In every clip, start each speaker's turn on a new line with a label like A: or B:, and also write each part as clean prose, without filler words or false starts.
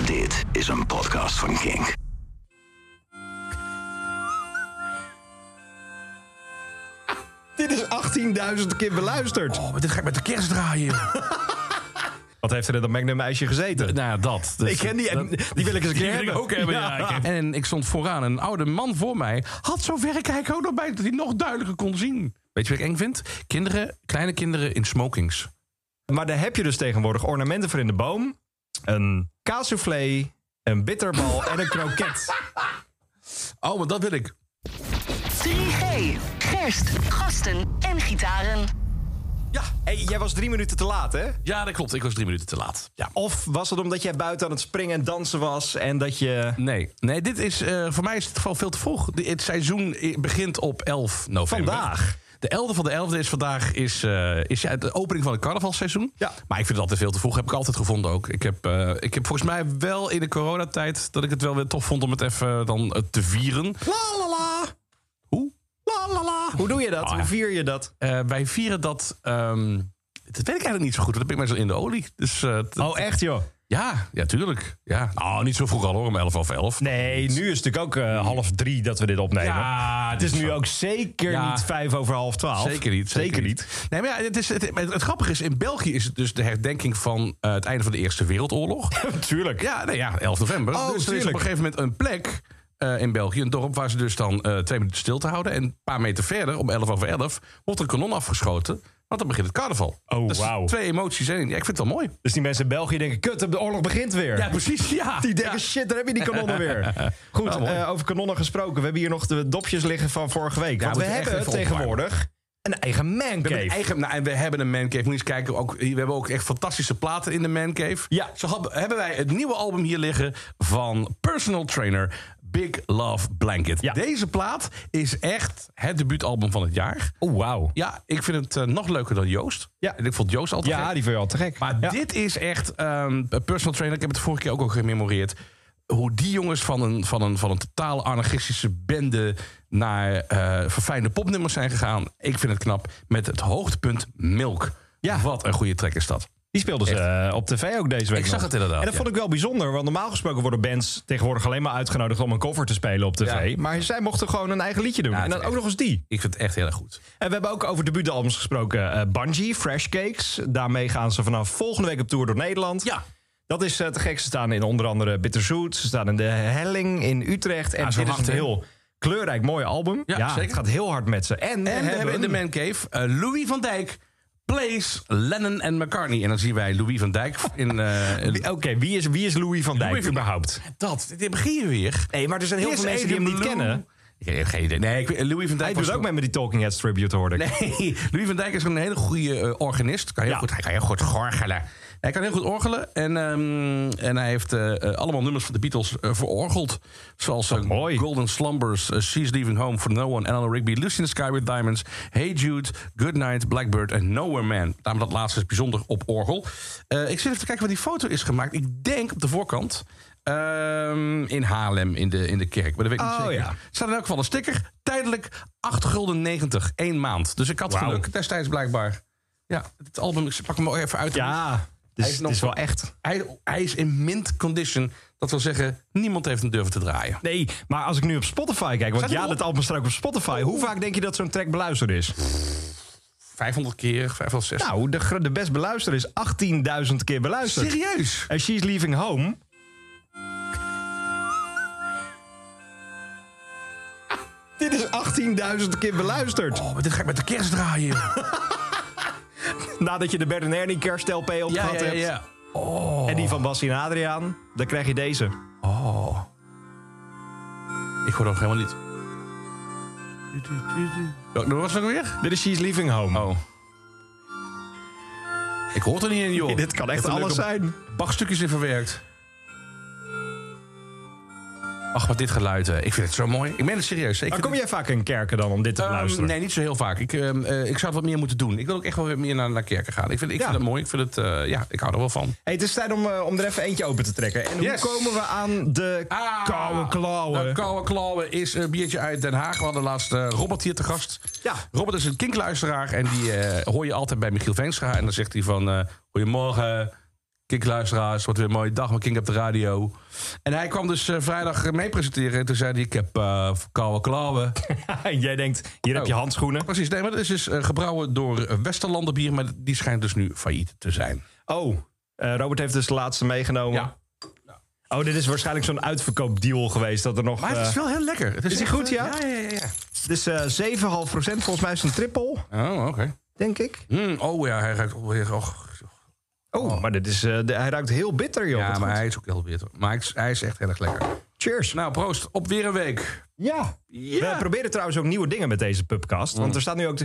A: Dit is een podcast van Kink.
B: Dit is 18.000 keer beluisterd.
C: Oh, maar dit ga ik met de kerst draaien.
B: Wat heeft er in dat Magnum ijsje gezeten?
C: Nou ja, dat. Dus,
B: ik ken die wil ik eens een keer hebben.
C: ook hebben. Ja. En ik stond vooraan. Een oude man voor mij had zo'n verrekijker ook nog bij... dat hij nog duidelijker kon zien. Weet je wat ik eng vind? Kleine kinderen in smokings.
B: Maar daar heb je dus tegenwoordig ornamenten voor in de boom. Een kaassoufflé, een bitterbal en een kroket.
C: Oh, maar dat wil ik.
D: 3G, gerst, gasten en gitaren.
B: Ja, hey, jij was 3 minuten te laat, hè?
C: Ja, dat klopt. Ik was 3 minuten te laat. Ja.
B: Of was het omdat jij buiten aan het springen en dansen was en dat je...
C: Nee, dit is voor mij is het gewoon veel te vroeg. Het seizoen begint op 11 november.
B: Vandaag.
C: De 11e van de 11e is vandaag is de opening van het carnavalseizoen.
B: Ja.
C: Maar ik vind het altijd veel te vroeg. Heb ik altijd gevonden ook. Ik heb volgens mij wel in de coronatijd... dat ik het wel weer tof vond om het even dan te vieren.
B: La la la.
C: Hoe?
B: La la la. Hoe doe je dat? Hoe vier je dat?
C: Wij vieren dat... dat weet ik eigenlijk niet zo goed. Dat ben ik meestal in de olie. Dus,
B: Oh, echt joh?
C: Ja, tuurlijk. Ja. Nou, niet zo vroeg al hoor, om 11:11.
B: Nee, nu is het natuurlijk ook 2:30 dat we dit opnemen.
C: Ja,
B: het is nu ook zeker niet 11:55.
C: Zeker niet. Nee, maar ja, het grappige is, in België is het dus de herdenking van het einde van de Eerste Wereldoorlog.
B: Tuurlijk.
C: Ja, 11 november.
B: Oh,
C: dus er is
B: tuurlijk.
C: op een gegeven moment een plek in België, een dorp, waar ze dus dan 2 minuten stil te houden. En een paar meter verder, om 11:11, wordt een kanon afgeschoten. Want dan begint het carnaval.
B: Oh,
C: dus
B: wauw.
C: 2 emoties. En ja, ik vind het wel mooi.
B: Dus die mensen in België denken, kut, de oorlog begint weer.
C: Ja, precies. Ja.
B: Die denken, shit, daar heb je die kanonnen weer. Goed, over kanonnen gesproken. We hebben hier nog de dopjes liggen van vorige week. Want we hebben tegenwoordig een eigen mancave.
C: En we hebben een mancave. Moet je eens kijken. We hebben ook echt fantastische platen in de mancave.
B: Ja.
C: Zo hebben wij het nieuwe album hier liggen van Personal Trainer Big Love Blanket.
B: Ja.
C: Deze plaat is echt het debuutalbum van het jaar.
B: Oh, wauw.
C: Ja, ik vind het nog leuker dan Joost.
B: Ja.
C: En ik vond Joost altijd
B: Ja,
C: gek.
B: die vind je al te gek.
C: Maar dit is echt Personal Trainer. Ik heb het vorige keer ook al gememoreerd. Hoe die jongens van een totale anarchistische bende naar verfijnde popnummers zijn gegaan. Ik vind het knap. Met het hoogtepunt Milk.
B: Ja.
C: Wat een goede track is dat.
B: Die speelden ze op tv ook deze week.
C: Ik zag het inderdaad.
B: En dat vond ik wel bijzonder. Want normaal gesproken worden bands tegenwoordig alleen maar uitgenodigd om een cover te spelen op tv.
C: Ja.
B: Maar zij mochten gewoon een eigen liedje doen.
C: Ja,
B: en dan
C: echt.
B: ook nog eens die.
C: Ik vind het echt heel erg goed.
B: En we hebben ook over debuutalbums gesproken. Bungie, Fresh Cakes. Daarmee gaan ze vanaf volgende week op tour door Nederland.
C: Ja.
B: Dat is te gek. Ze staan in onder andere Bitterzoet. Ze staan in de Helling in Utrecht. En
C: zo
B: dit is
C: hard,
B: een
C: hè?
B: heel kleurrijk mooi album.
C: Ja, zeker.
B: Het gaat heel hard met ze. En we
C: hebben in de mancave Louis van Dijk plays Lennon en McCartney. En dan zien wij Louis van Dijk in...
B: Oké, wie is Louis van Dijk
C: Louis van
B: überhaupt?
C: Dit begin je weer.
B: Nee, maar er zijn heel veel mensen die hem niet kennen.
C: Ik heb geen idee. Nee, Louis van Dijk
B: Hij doet ook mee met die Talking Heads tribute, hoorde ik.
C: Nee, Louis van Dijk is een hele goede organist. Hij kan heel goed gorgelen. Hij kan heel goed orgelen. En hij heeft allemaal nummers van de Beatles verorgeld. Zoals Golden Slumbers, She's Leaving Home for No One, Eleanor Rigby, Lucy in the Sky with Diamonds, Hey Jude, Good Night, Blackbird en Nowhere Man. Daarom dat laatste is bijzonder op orgel. Ik zit even te kijken waar die foto is gemaakt. Ik denk op de voorkant. In Haarlem, in de kerk. Maar dat weet ik niet zeker.
B: Ja.
C: Er staat in elk geval een sticker. Tijdelijk 8,90 €. 1 maand. Dus ik had geluk. Destijds blijkbaar. Ja, het album, ik pak hem wel even uit.
B: Ja, dus het is wel echt.
C: Hij is in mint condition. Dat wil zeggen, niemand heeft hem durven te draaien.
B: Nee, maar als ik nu op Spotify kijk... Want
C: Staat
B: dat album staat ook op Spotify. Hoe vaak denk je dat zo'n track beluisterd is?
C: 500 keer, 560.
B: Nou, de best beluisterd is 18.000 keer beluisterd.
C: Serieus?
B: En She's Leaving Home... Dit is 18.000 keer beluisterd.
C: Oh, maar dit ga ik met de kerst draaien.
B: Nadat je de Bert en Ernie kerst-LP opgehad hebt.
C: Ja. Oh.
B: En die van Bassie en Adriaan. Dan krijg je deze.
C: Oh. Ik hoor nog helemaal niet. Wat was het ook weer?
B: Dit is She's Leaving Home.
C: Oh. Ik hoor het er niet in, joh.
B: Nee, dit kan echt
C: Er
B: alles zijn.
C: Bachstukjes in verwerkt. Ach, wat dit geluid. Ik vind het zo mooi. Ik meen het serieus.
B: Maar kom jij vaak in kerken dan om dit te luisteren?
C: Nee, niet zo heel vaak. Ik zou het wat meer moeten doen. Ik wil ook echt wel meer naar kerken gaan. Ik vind het mooi. Ik vind het, ik hou er wel van.
B: Hey, het is tijd om er even eentje open te trekken. En hoe komen we aan de koude klauwen?
C: De koude klauwen is een biertje uit Den Haag. We hadden laatst Robert hier te gast.
B: Ja.
C: Robert is een kinkluisteraar. En die hoor je altijd bij Michiel Veenstra. En dan zegt hij van, goedemorgen. Kink-luisteraars, wat weer een mooie dag met Kink op de radio. En hij kwam dus vrijdag mee presenteren. En toen zei hij, ik heb koude klauwen.
B: Jij denkt, hier heb je handschoenen.
C: Precies, nee, maar dat is dus gebrouwen door Westerlander bier. Maar die schijnt dus nu failliet te zijn.
B: Oh, Robert heeft dus de laatste meegenomen.
C: Ja.
B: Oh, dit is waarschijnlijk zo'n uitverkoopdeal geweest. Dat er nog,
C: maar het is wel heel lekker. Het
B: is die goed, ja?
C: Ja.
B: Het is 7,5%. Volgens mij is het een triple.
C: Oh, oké.
B: Denk ik.
C: Oh ja, hij ruikt alweer...
B: Maar dit is, hij ruikt heel bitter, joh.
C: Ja, maar hij is ook heel bitter. Maar hij is echt heel erg lekker.
B: Cheers.
C: Nou, proost. Op weer een week.
B: Ja. We proberen trouwens ook nieuwe dingen met deze pubcast. Want er staat nu ook...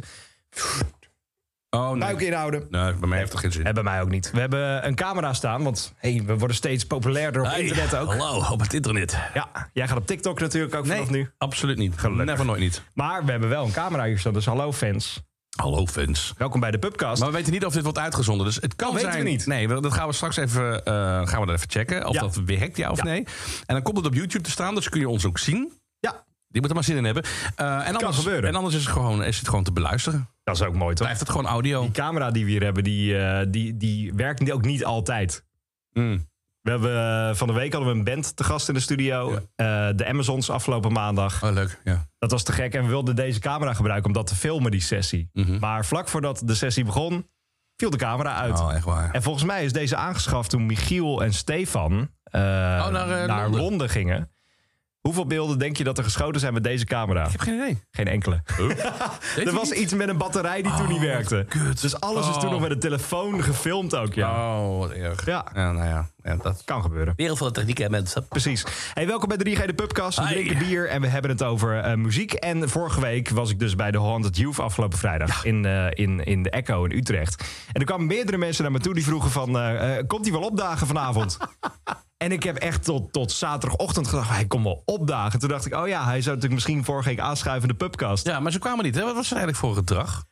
B: buik inhouden.
C: Nee, bij mij heeft het geen zin.
B: En bij mij ook niet. We hebben een camera staan, want we worden steeds populairder op internet ook.
C: Hallo, op het internet.
B: Ja, jij gaat op TikTok natuurlijk ook vanaf nu.
C: Absoluut niet.
B: Gelukkig.
C: Never, nooit niet.
B: Maar we hebben wel een camera hier staan, dus hallo fans.
C: Hallo fans.
B: Welkom bij de pubcast.
C: Maar we weten niet of dit wordt uitgezonden, dus het kan zijn...
B: weten we niet.
C: Nee, dat gaan we straks even, checken, of dat werkt, ja of nee. En dan komt het op YouTube te staan, dus kun je ons ook zien.
B: Ja.
C: Die moet er maar zin in hebben. En anders is het gewoon te beluisteren.
B: Dat is ook mooi, toch?
C: Blijft het gewoon audio.
B: Die camera die we hier hebben, die werkt ook niet altijd. We hebben, van de week hadden we een band te gast in de studio. Ja. De Amazons afgelopen maandag.
C: Oh, leuk, ja.
B: Dat was te gek en we wilden deze camera gebruiken om dat te filmen, die sessie. Maar vlak voordat de sessie begon, viel de camera uit.
C: Oh, echt waar.
B: En volgens mij is deze aangeschaft toen Michiel en Stefan naar Londen gingen. Hoeveel beelden denk je dat er geschoten zijn met deze camera?
C: Ik heb geen idee.
B: Geen enkele. Er was iets met een batterij die toen niet werkte.
C: Kut.
B: Dus alles is toen nog met een telefoon gefilmd ook, ja.
C: Oh, wat erg.
B: Ja.
C: Nou ja, dat
B: kan gebeuren.
C: Wereld van de techniek, hè, mensen.
B: Precies. Hey, welkom bij de 3G de Pubcast. We drinken bier en we hebben het over muziek. En vorige week was ik dus bij de Haunted Youth afgelopen vrijdag in de Echo in Utrecht. En er kwamen meerdere mensen naar me toe die vroegen van... komt hij wel opdagen vanavond? En ik heb echt tot zaterdagochtend gedacht, hij komt wel opdagen. Toen dacht ik, oh ja, hij zou natuurlijk misschien vorige week aanschuiven in de Pubcast.
C: Ja, maar ze kwamen niet. Hè? Wat was er eigenlijk voor gedrag?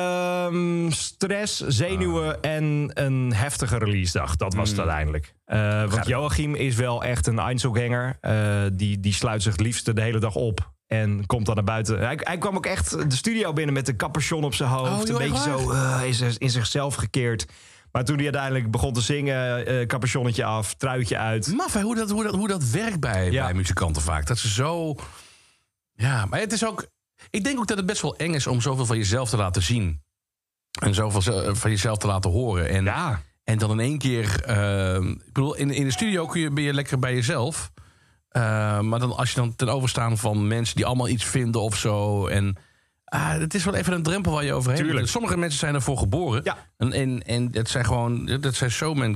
B: Stress, zenuwen en een heftige releasedag. Dat was het uiteindelijk. Want Joachim is wel echt een Einzelganger. Die sluit zich het liefste de hele dag op. En komt dan naar buiten. Hij kwam ook echt de studio binnen met een capuchon op zijn hoofd. Een beetje zo in zichzelf gekeerd. Maar toen hij uiteindelijk begon te zingen, capuchonnetje af, truitje uit.
C: Maf, hoe dat werkt bij muzikanten vaak. Dat ze zo... Ja, maar het is ook... Ik denk ook dat het best wel eng is om zoveel van jezelf te laten zien. En zoveel van jezelf te laten horen. En dan in één keer... ik bedoel, in de studio ben je lekker bij jezelf. Maar dan, als je dan ten overstaan van mensen die allemaal iets vinden of zo... En het is wel even een drempel waar je overheen moet. Sommige mensen zijn ervoor geboren. Ja. En het zijn gewoon... Dat zijn showmen.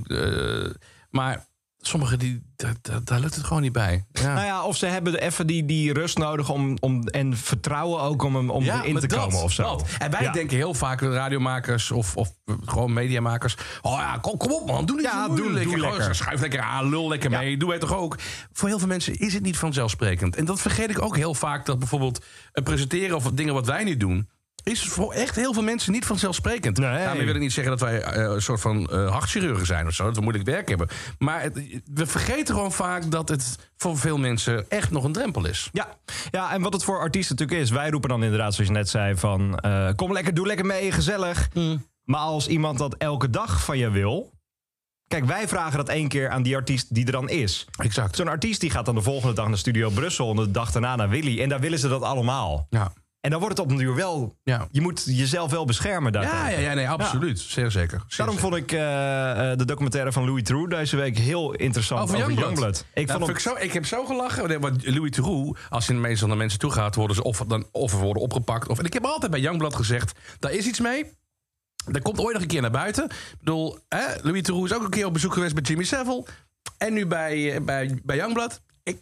C: Maar sommigen, daar lukt het gewoon niet bij. Ja.
B: Nou ja, of ze hebben even die rust nodig en vertrouwen ook om erin te komen of zo.
C: Dat. En wij denken heel vaak, radiomakers of gewoon mediamakers... Oh ja, kom op man, doe niet zo moeilijk. Doe lekker. Schuif lekker aan, lul lekker mee. Doe wij toch ook. Voor heel veel mensen is het niet vanzelfsprekend. En dat vergeet ik ook heel vaak, dat bijvoorbeeld presenteren of dingen wat wij nu doen... is voor echt heel veel mensen niet vanzelfsprekend. Nee. Daarmee wil ik niet zeggen dat wij een soort van hartchirurgen zijn of zo. Dat we moeilijk werk hebben. Maar we vergeten gewoon vaak dat het voor veel mensen echt nog een drempel is.
B: Ja, en wat het voor artiesten natuurlijk is. Wij roepen dan inderdaad, zoals je net zei, van... kom lekker, doe lekker mee, gezellig. Maar als iemand dat elke dag van je wil... Kijk, wij vragen dat 1 keer aan die artiest die er dan is.
C: Exact. Zo'n
B: artiest die gaat dan de volgende dag naar Studio Brussel... en de dag daarna naar Willy. En daar willen ze dat allemaal.
C: Ja.
B: En dan wordt het op een duur wel... Ja. Je moet jezelf wel beschermen daartegen.
C: Ja, nee, absoluut. Zeer zeker.
B: Daarom vond ik de documentaire van Louis Theroux deze week heel interessant over Youngblood.
C: Ik heb zo gelachen. Want Louis Theroux, als je meestal naar mensen toe gaat... worden ze of worden opgepakt. En ik heb altijd bij Youngblood gezegd... daar is iets mee. Dat komt ooit nog een keer naar buiten. Ik bedoel, Louis Theroux is ook een keer op bezoek geweest bij Jimmy Savile. En nu bij Youngblood.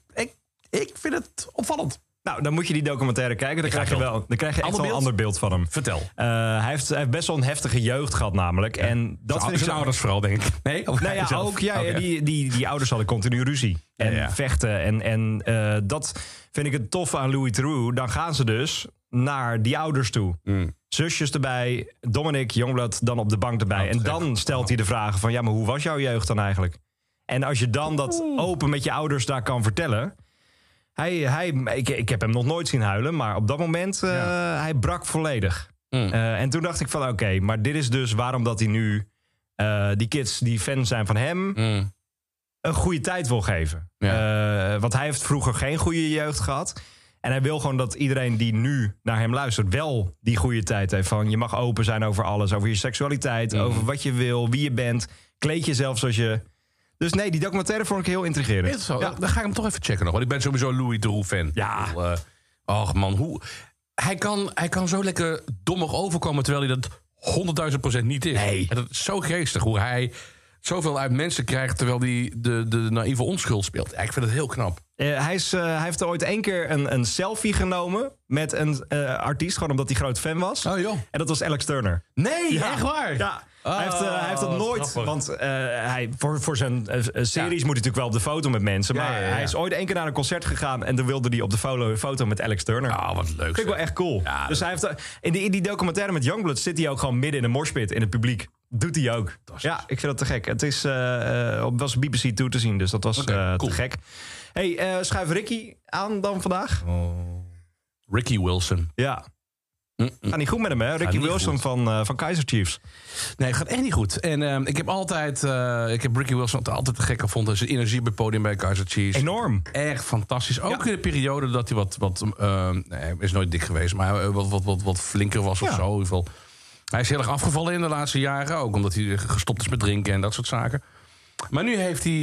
C: Ik vind het opvallend.
B: Nou, dan moet je die documentaire kijken. Dan krijg je echt wel een ander beeld van hem.
C: Vertel.
B: Hij heeft best wel een heftige jeugd gehad namelijk. Ja. En dat vind ik
C: zijn ouders vooral, denk ik. Nee?
B: Ook. Ja, okay. Die ouders hadden continu ruzie. En vechten. En dat vind ik het tof aan Louis Theroux. Dan gaan ze dus naar die ouders toe. Zusjes erbij. Dominic Youngblood dan op de bank erbij. En dan stelt hij de vragen van... ja, maar hoe was jouw jeugd dan eigenlijk? En als je dan dat open met je ouders daar kan vertellen... Ik heb hem nog nooit zien huilen, maar op dat moment hij brak volledig. En toen dacht ik van oké, maar dit is dus waarom dat hij nu die kids die fan zijn van hem... een goede tijd wil geven.
C: Ja.
B: Want hij heeft vroeger geen goede jeugd gehad. En hij wil gewoon dat iedereen die nu naar hem luistert... wel die goede tijd heeft. Van je mag open zijn over alles. Over je seksualiteit, over wat je wil, wie je bent. Kleed jezelf zoals je... Dus nee, die documentaire vond ik heel intrigerend.
C: Ja. Dan ga ik hem toch even checken nog. Want ik ben sowieso Louis Theroux fan.
B: Ja.
C: Och man, hoe... Hij kan zo lekker dommig overkomen... terwijl hij dat 100.000% niet is.
B: Nee.
C: En dat is zo geestig hoe hij zoveel uit mensen krijgt... terwijl hij de naïeve onschuld speelt. Ja, ik vind het heel knap.
B: Hij heeft ooit 1 keer een selfie genomen... met een artiest, gewoon omdat hij groot fan was.
C: Oh joh.
B: En dat was Alex Turner.
C: Nee, echt waar?
B: Ja. Hij heeft dat nooit,
C: grappig.
B: want voor zijn series moet hij natuurlijk wel op de foto met mensen. Maar hij is ooit 1 keer naar een concert gegaan en dan wilde hij op de foto met Alex Turner.
C: Oh, wat leuk.
B: Vind ik wel echt cool.
C: Ja,
B: dus hij heeft in die documentaire met Youngblood zit hij ook gewoon midden in een moshpit in het publiek. Doet hij ook. Ja, ik vind dat te gek. Het was BBC 2 te zien, dus dat was
C: cool.
B: te gek. Hey, schuif Ricky aan dan vandaag?
C: Ricky Wilson.
B: Ja. Gaat niet goed met hem, hè? Ricky Wilson van Kaiser Chiefs.
C: Nee, het gaat echt niet goed. En ik heb Ricky Wilson altijd te gek gevonden. Zijn energie op het podium bij Kaiser Chiefs.
B: Enorm.
C: Echt fantastisch. Ook in de periode dat hij hij is nooit dik geweest, maar wat flinker was of zo. In ieder geval. Hij is heel erg afgevallen in de laatste jaren. Ook omdat hij gestopt is met drinken en dat soort zaken. Maar nu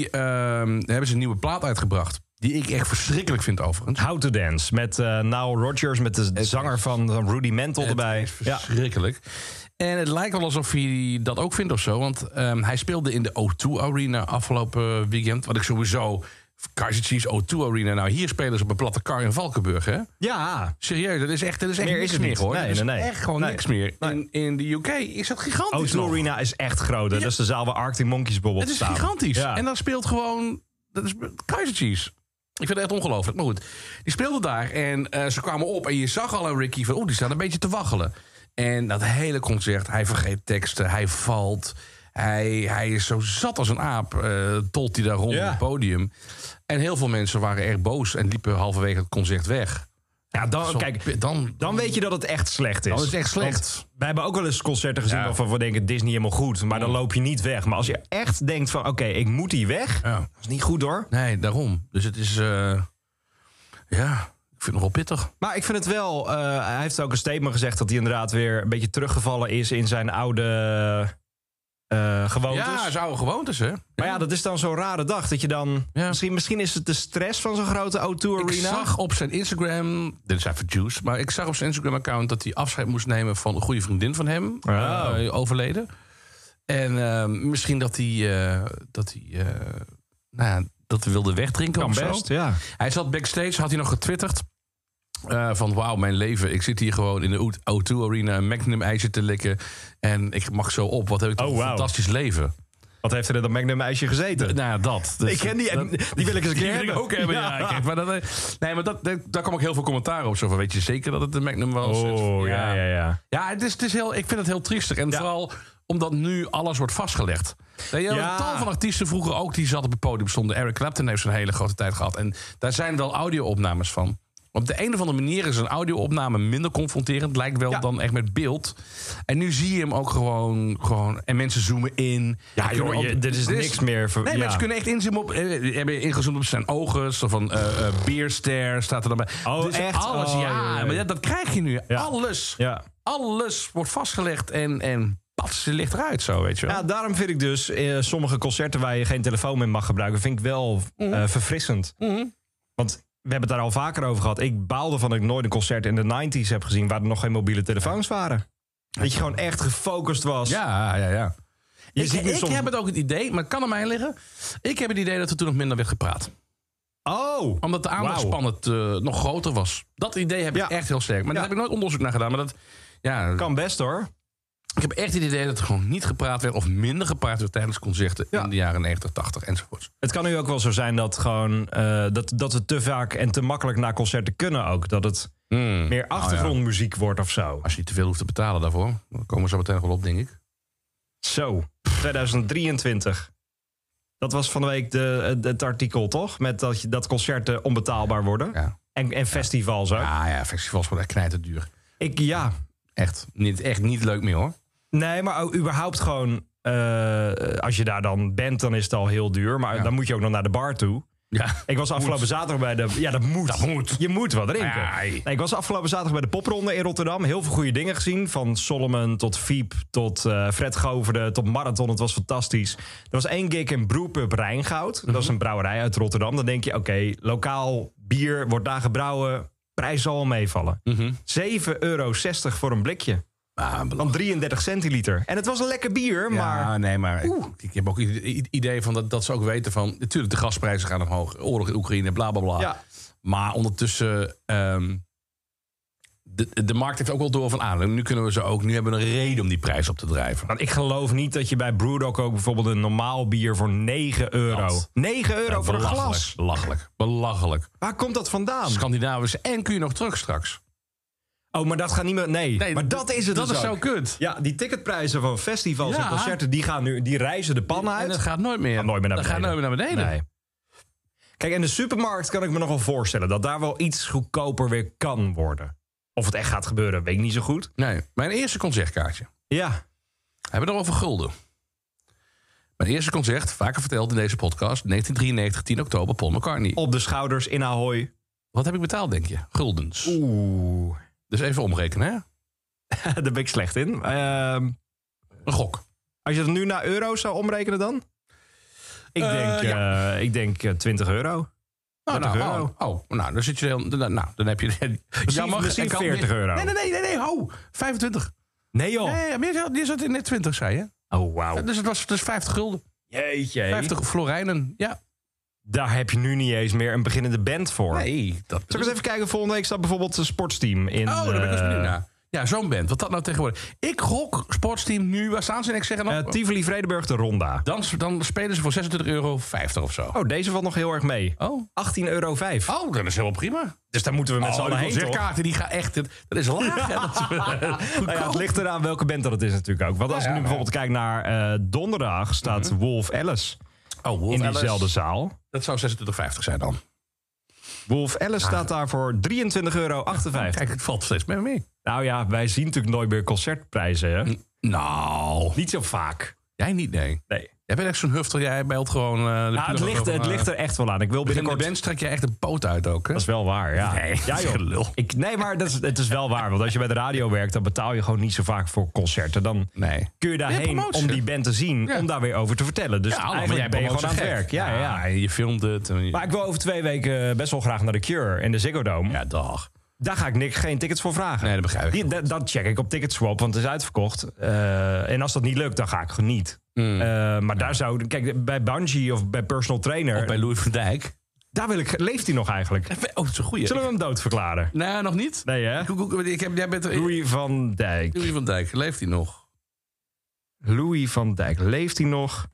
C: hebben ze een nieuwe plaat uitgebracht. Die ik echt verschrikkelijk vind overigens.
B: How to Dance. Met Nile Rodgers, met de zanger van Rudy Mantle erbij.
C: Het is verschrikkelijk. En het lijkt wel alsof hij dat ook vindt of zo. Want hij speelde in de O2 Arena afgelopen weekend. Wat ik sowieso... Kaiser Chiefs O2 Arena. Nou, hier spelen ze op een platte kar in Valkenburg, hè?
B: Ja.
C: Serieus, dat is echt
B: Meer
C: niks
B: is
C: meer,
B: niet.
C: hoor.
B: Nee,
C: dat is
B: nee.
C: echt gewoon niks meer.
B: Nee.
C: In de UK is dat gigantisch.
B: O2 Arena is echt groot. Dat is de zaal waar Arctic Monkeys bijvoorbeeld
C: Het is
B: staan.
C: gigantisch.
B: Ja.
C: En dan speelt gewoon... Dat is Kaiser Chiefs. Ik vind het echt ongelooflijk. Maar goed, die speelden daar. En ze kwamen op en je zag al aan Ricky van... die staat een beetje te waggelen. En dat hele concert, hij vergeet teksten. Hij valt. Hij is zo zat als een aap. Tolt hij daar rond op het podium. En heel veel mensen waren erg boos... en liepen halverwege het concert weg.
B: Ja, dan weet je dat het echt slecht is.
C: Dan is het echt slecht.
B: Want wij hebben ook wel eens concerten gezien... waarvan we denken, dit is niet helemaal goed. Maar dan loop je niet weg. Maar als je echt denkt van, oké, ik moet hier weg... dat is niet goed, hoor.
C: Nee, daarom. Dus het is... ik vind het nog wel pittig.
B: Maar ik vind het wel... hij heeft ook een statement gezegd... dat hij inderdaad weer een beetje teruggevallen is... in zijn oude... gewoontes.
C: Ja, zijn oude gewoontes, hè?
B: Maar ja, dat is dan zo'n rare dag. Dat je dan...
C: Ja.
B: Misschien is het de stress van zo'n grote O2 Arena.
C: Ik zag op zijn Instagram... Dit is even juice. Maar ik zag op zijn Instagram-account... dat hij afscheid moest nemen van een goede vriendin van hem. Overleden. En misschien dat hij... dat hij wilde wegdrinken
B: Kan
C: of zo.
B: best, ja.
C: Hij zat backstage, had hij nog getwitterd... van wauw, mijn leven. Ik zit hier gewoon in de O2 Arena... een Magnum ijsje te likken. En ik mag zo op. Wat heb ik toch een fantastisch leven.
B: Wat heeft er in dat Magnum ijsje gezeten?
C: Nou ja, dat. Dus,
B: ik ken die wil ik eens een keer hebben.
C: ook hebben. Ja. Kijk, maar daar kwam ook heel veel commentaar op. Zo van, weet je zeker dat het een Magnum was?
B: Oh, ja.
C: Ja, het is heel, ik vind het heel triestig. En vooral omdat nu alles wordt vastgelegd. Tal van artiesten vroeger ook die zat op het podium stonden. Eric Clapton heeft zo'n hele grote tijd gehad. En daar zijn wel audio-opnames van. Op de een of andere manier is een audio-opname minder confronterend. Lijkt wel dan echt met beeld. En nu zie je hem ook gewoon en mensen zoomen in.
B: Ja, joh, dit is niks meer.
C: Nee, mensen kunnen echt inzoomen op... hebben ingezoomd op zijn ogen. Zo van beer stare staat er dan bij.
B: Oh,
C: dus
B: echt?
C: alles, maar dat krijg je nu. Ja. Alles. Ja. Alles wordt vastgelegd en pats, je ligt eruit zo, weet je wel.
B: Ja, daarom vind ik dus sommige concerten waar je geen telefoon meer mag gebruiken... vind ik wel verfrissend. Want... we hebben het daar al vaker over gehad. Ik baalde van dat ik nooit een concert in de 90s heb gezien... waar er nog geen mobiele telefoons waren. Dat je gewoon echt gefocust was.
C: Ja. Ik
B: soms...
C: heb het ook het idee, maar het kan aan mij liggen... ik heb het idee dat er toen nog minder werd gepraat.
B: Oh!
C: Omdat de aandachtspannen nog groter was. Dat idee heb ik echt heel sterk. Maar daar heb ik nooit onderzoek naar gedaan. Maar dat
B: kan best, hoor.
C: Ik heb echt het idee dat er gewoon niet gepraat werd... of minder gepraat werd tijdens concerten in de jaren 90, 80 enzovoorts.
B: Het kan nu ook wel zo zijn dat, gewoon, dat we te vaak en te makkelijk naar concerten kunnen ook. Dat het meer achtergrondmuziek wordt of zo.
C: Als je niet te veel hoeft te betalen daarvoor. Dan komen we zo meteen nog wel op, denk ik.
B: Zo, 2023. Dat was van de week het artikel, toch? Met dat concerten onbetaalbaar worden.
C: Ja.
B: En festivals ook.
C: Ja, festivals worden echt knijterduur.
B: Ja.
C: Echt niet leuk meer, hoor.
B: Nee, maar ook überhaupt gewoon als je daar dan bent, dan is het al heel duur. Maar dan moet je ook nog naar de bar toe. Ja, ik was afgelopen zaterdag bij de... Ja, dat moet. Je moet wat drinken. Ja, nee, ik was afgelopen zaterdag bij de popronde in Rotterdam. Heel veel goede dingen gezien. Van Solomon tot Fiep tot Fred Goverde tot Marathon. Het was fantastisch. Er was 1 gig in Brewpub Rijngoud. Dat is een brouwerij uit Rotterdam. Dan denk je, oké, lokaal bier wordt daar gebrouwen. Prijs zal meevallen. €7,60 voor een blikje. Dan 33 centiliter. En het was een lekker bier, maar...
C: Ja, nee, maar ik heb ook het idee van dat ze ook weten van... Natuurlijk, de gasprijzen gaan omhoog. Oorlog in Oekraïne, bla, bla, bla. Ja. Maar ondertussen... De markt heeft ook wel door van... Nu kunnen we ze ook... Nu hebben we een reden om die prijs op te drijven.
B: Want ik geloof niet dat je bij Brewdog ook bijvoorbeeld... een normaal bier voor €9. €9 voor een glas.
C: Belachelijk.
B: Waar komt dat vandaan?
C: Scandinavisch. En kun je nog terug straks.
B: Oh, maar dat gaat niet meer... Nee, maar dat is het.
C: Dat
B: dus
C: is
B: ook.
C: zo kut.
B: Ja, die ticketprijzen van festivals en concerten... die reizen de pan uit.
C: En dat gaat nooit meer. Dat gaat nooit meer naar beneden. Nee.
B: Kijk, in de supermarkt kan ik me nog wel voorstellen... dat daar wel iets goedkoper weer kan worden. Of het echt gaat gebeuren, weet ik niet zo goed.
C: Nee, mijn eerste concertkaartje.
B: Ja.
C: We hebben het over gulden. Mijn eerste concert, vaker verteld in deze podcast... 1993, 10 oktober, Paul McCartney.
B: Op de schouders in Ahoy.
C: Wat heb ik betaald, denk je? Guldens.
B: Oeh.
C: Dus even omrekenen, hè?
B: Daar ben ik slecht in.
C: Een gok.
B: Als je het nu naar euro's zou omrekenen dan? Ik denk €20.
C: Nou, dan zit je... Nou, dan heb je...
B: Misschien €40.
C: Nee, ho. 25.
B: Nee, joh.
C: Nee, je zat in net 20, zei je.
B: Oh, wauw.
C: Dus het was dus 50 gulden.
B: Jeetje.
C: 50 florijnen, ja.
B: Daar heb je nu niet eens meer een beginnende band voor.
C: Nee.
B: Zal ik eens even kijken? Volgende week staat bijvoorbeeld een sportsteam in...
C: Oh, daar ben ik dus benieuwd naar. Ja, zo'n band. Wat dat nou tegenwoordig? Ik gok sportsteam nu. Waar staan ze? En ik zeg dan...
B: Tivoli Vredenburg de Ronda.
C: Dan spelen ze voor €26,50 of zo.
B: Oh, deze valt nog heel erg mee.
C: Oh.
B: €18,05.
C: Oh, dat is helemaal prima.
B: Dus daar moeten we met z'n allen heen, toch?
C: Kaarten, die gaan echt... Dat is laag.
B: Het ligt eraan welke band dat het is natuurlijk ook. Want als ik nu bijvoorbeeld kijk naar donderdag... staat Wolf Alice in diezelfde zaal.
C: Dat zou €26,50 zijn dan.
B: Wolf Alice staat daar voor €23,58.
C: Kijk, het valt steeds meer mee.
B: Nou ja, wij zien natuurlijk nooit meer concertprijzen, hè?
C: Nou.
B: Niet zo vaak.
C: Jij niet, nee. Jij bent echt zo'n hufter, jij belt gewoon...
B: het ligt er echt wel aan. Ik wil binnenkort...
C: de band trek je echt een poot uit ook, hè?
B: Dat is wel waar, ja.
C: Nee,
B: ja, joh. Nee, maar het is wel waar. Want als je bij de radio werkt, dan betaal je gewoon niet zo vaak voor concerten. Dan kun je daarheen om die band te zien, om daar weer over te vertellen. Dus eigenlijk ben je gewoon aan het werk. Ja.
C: Je filmt het.
B: Maar ik wil over 2 weken best wel graag naar The Cure in de Ziggo Dome.
C: Ja, dag.
B: Daar ga ik geen tickets voor vragen.
C: Nee, dat begrijp ik.
B: Dat check ik op Ticketswap, want het is uitverkocht. En als dat niet lukt, dan ga ik gewoon niet. Maar daar zou... Kijk, bij Bungie of bij Personal Trainer...
C: Of bij Louis van Dijk.
B: Daar leeft hij nog eigenlijk?
C: Oh, dat is een goeie.
B: Zullen we hem doodverklaren?
C: Nee, nog niet.
B: Nee, hè? Louis van Dijk.
C: Louis van Dijk, leeft hij nog?
B: Louis van Dijk, leeft hij nog?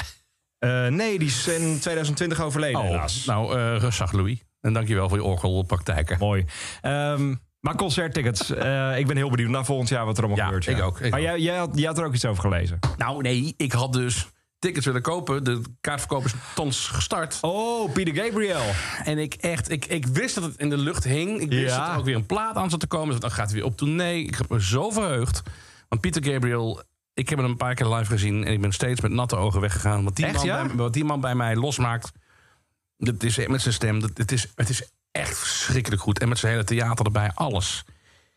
B: Nee, die is in 2020 overleden, helaas.
C: Nou, rustig, Louis. En dankjewel voor je orgelpraktijken.
B: Mooi. Maar concerttickets, ik ben heel benieuwd naar volgend jaar wat er allemaal gebeurt.
C: Ik ook.
B: Maar jij had er ook iets over gelezen?
C: Nou, nee, ik had dus tickets willen kopen. De kaartverkoop is thans gestart.
B: Oh, Peter Gabriel.
C: En ik wist dat het in de lucht hing. Ik wist dat er ook weer een plaat aan zat te komen. Dus dan gaat hij weer op tournee. Ik heb me zo verheugd. Want Peter Gabriel, ik heb hem een paar keer live gezien. En ik ben steeds met natte ogen weggegaan. Wat die man bij mij losmaakt. Dat is met zijn stem. Het is echt verschrikkelijk goed. En met zijn hele theater erbij. Alles.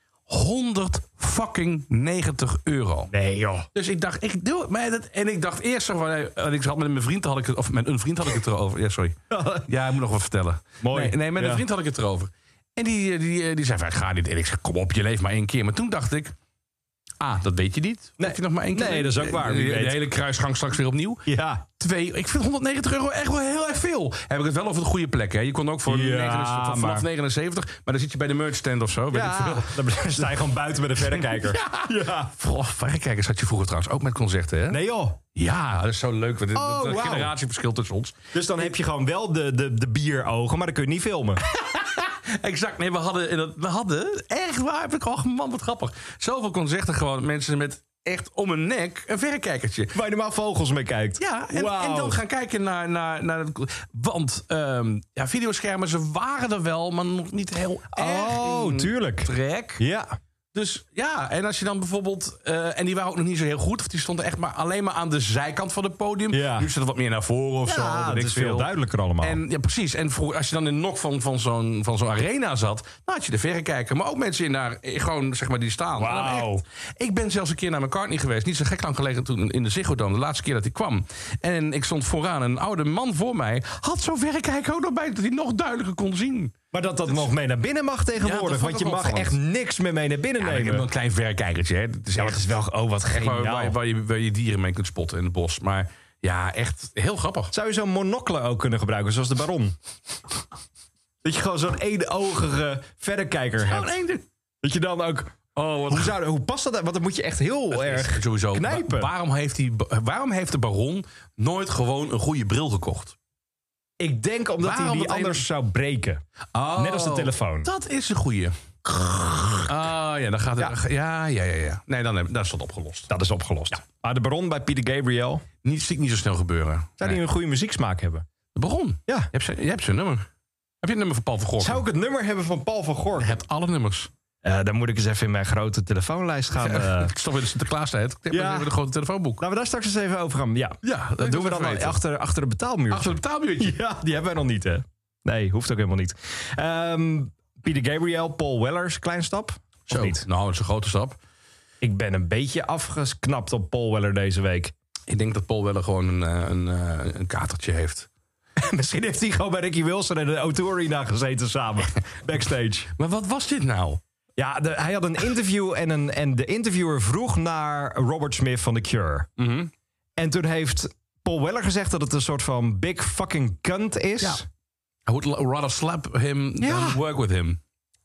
C: €190.
B: Nee, joh.
C: Dus ik dacht, ik doe het. En ik dacht eerst zo van... Ik had met mijn vriend had ik het... Of met een vriend had ik het erover. Ja, sorry. Ja, ik moet nog wat vertellen.
B: Mooi.
C: Nee, met een vriend had ik het erover. En die zei van, ga niet. En ik zei, kom op, je leeft maar 1 keer. Maar toen dacht ik... dat weet je niet.
B: Nee,
C: je nog maar 1 keer.
B: Nee, dat is ook waar.
C: De hele kruisgang straks weer opnieuw.
B: Ja.
C: 2, ik vind €190 echt wel heel erg veel. Heb ik het wel over de goede plek, hè? Je kon ook voor vanaf 79, maar dan zit je bij de merch stand of zo. Weet ik veel.
B: Dan sta je gewoon buiten bij de verrekijker.
C: Ja. Verrekijkers had je vroeger trouwens ook met concerten, hè?
B: Nee, joh.
C: Ja, dat is zo leuk. Het generatieverschil tussen ons.
B: Dus dan heb je gewoon wel de bierogen, maar dan kun je niet filmen.
C: Exact. Nee, we hadden echt waar. Heb ik gewoon, man, wat grappig. Zoveel concerten gewoon. Mensen met echt om een nek een verrekijkertje.
B: Waar je normaal vogels mee kijkt.
C: Ja, en dan gaan kijken naar want videoschermen, ze waren er wel, maar nog niet heel erg
B: tuurlijk.
C: Trek.
B: Ja.
C: Dus ja, en als je dan bijvoorbeeld... en die waren ook nog niet zo heel goed. Of die stonden echt alleen maar aan de zijkant van het podium. Ja. Nu staat het wat meer naar voren of zo.
B: Ja, het is veel duidelijker allemaal.
C: En, ja, precies. En als je dan in de nok van zo'n arena zat... dan had je de verrekijker. Maar ook mensen in daar gewoon, zeg maar, die staan.
B: Wauw.
C: Ik ben zelfs een keer naar McCartney geweest. Niet zo gek lang geleden toen in de Ziggo Dome. De laatste keer dat hij kwam. En ik stond vooraan. En een oude man voor mij had zo'n verrekijker ook nog bij... dat hij nog duidelijker kon zien.
B: Maar dat nog mee naar binnen mag tegenwoordig. Want je mag echt niks meer mee naar binnen nemen.
C: Ik heb een klein verrekijkertje. Hè. Het is
B: wel... Oh, wat geniaal.
C: Waar je dieren mee kunt spotten in het bos. Maar ja, echt heel grappig.
B: Zou je zo'n monocle ook kunnen gebruiken, zoals de Baron? Dat je gewoon zo'n eenogige verrekijker hebt. Dat je dan ook... hoe past dat? Want dan moet je echt heel erg
C: sowieso
B: knijpen.
C: Waarom heeft de Baron nooit gewoon een goede bril gekocht?
B: Ik denk omdat hij die anders zou breken. Net als de telefoon.
C: Dat is een goeie. Ja, dan gaat het... Ja. Nee, dan is dat opgelost.
B: Dat is opgelost. Ja. Maar de Baron bij Peter Gabriel...
C: Zie ik niet zo snel gebeuren.
B: Zou die een goede muzieksmaak hebben?
C: De Baron?
B: Ja.
C: Je hebt zijn nummer. Heb je het nummer van Paul van Gorkum?
B: Zou ik het nummer hebben van Paul van Gorkum?
C: Je hebt alle nummers.
B: Dan moet ik eens even in mijn grote telefoonlijst gaan.
C: Ik stop in de Sinterklaastijd. Ik heb even de grote telefoonboek.
B: Laten we daar straks eens even over gaan. Ja, dat doen we dan achter de betaalmuur.
C: Achter het betaalmuurtje?
B: Ja, die hebben wij nog niet, hè? Nee, hoeft ook helemaal niet. Peter Gabriel, Paul Weller, klein stap?
C: Zo, niet? Nou, dat is een grote stap.
B: Ik ben een beetje afgeknapt op Paul Weller deze week.
C: Ik denk dat Paul Weller gewoon een katertje heeft.
B: Misschien heeft hij gewoon bij Ricky Wilson en de O2 Arena gezeten samen. Backstage.
C: Maar wat was dit nou?
B: Ja, hij had een interview en de interviewer vroeg naar Robert Smith van The Cure.
C: Mm-hmm.
B: En toen heeft Paul Weller gezegd dat het een soort van big fucking cunt is.
C: Ja. I would rather slap him than work with him.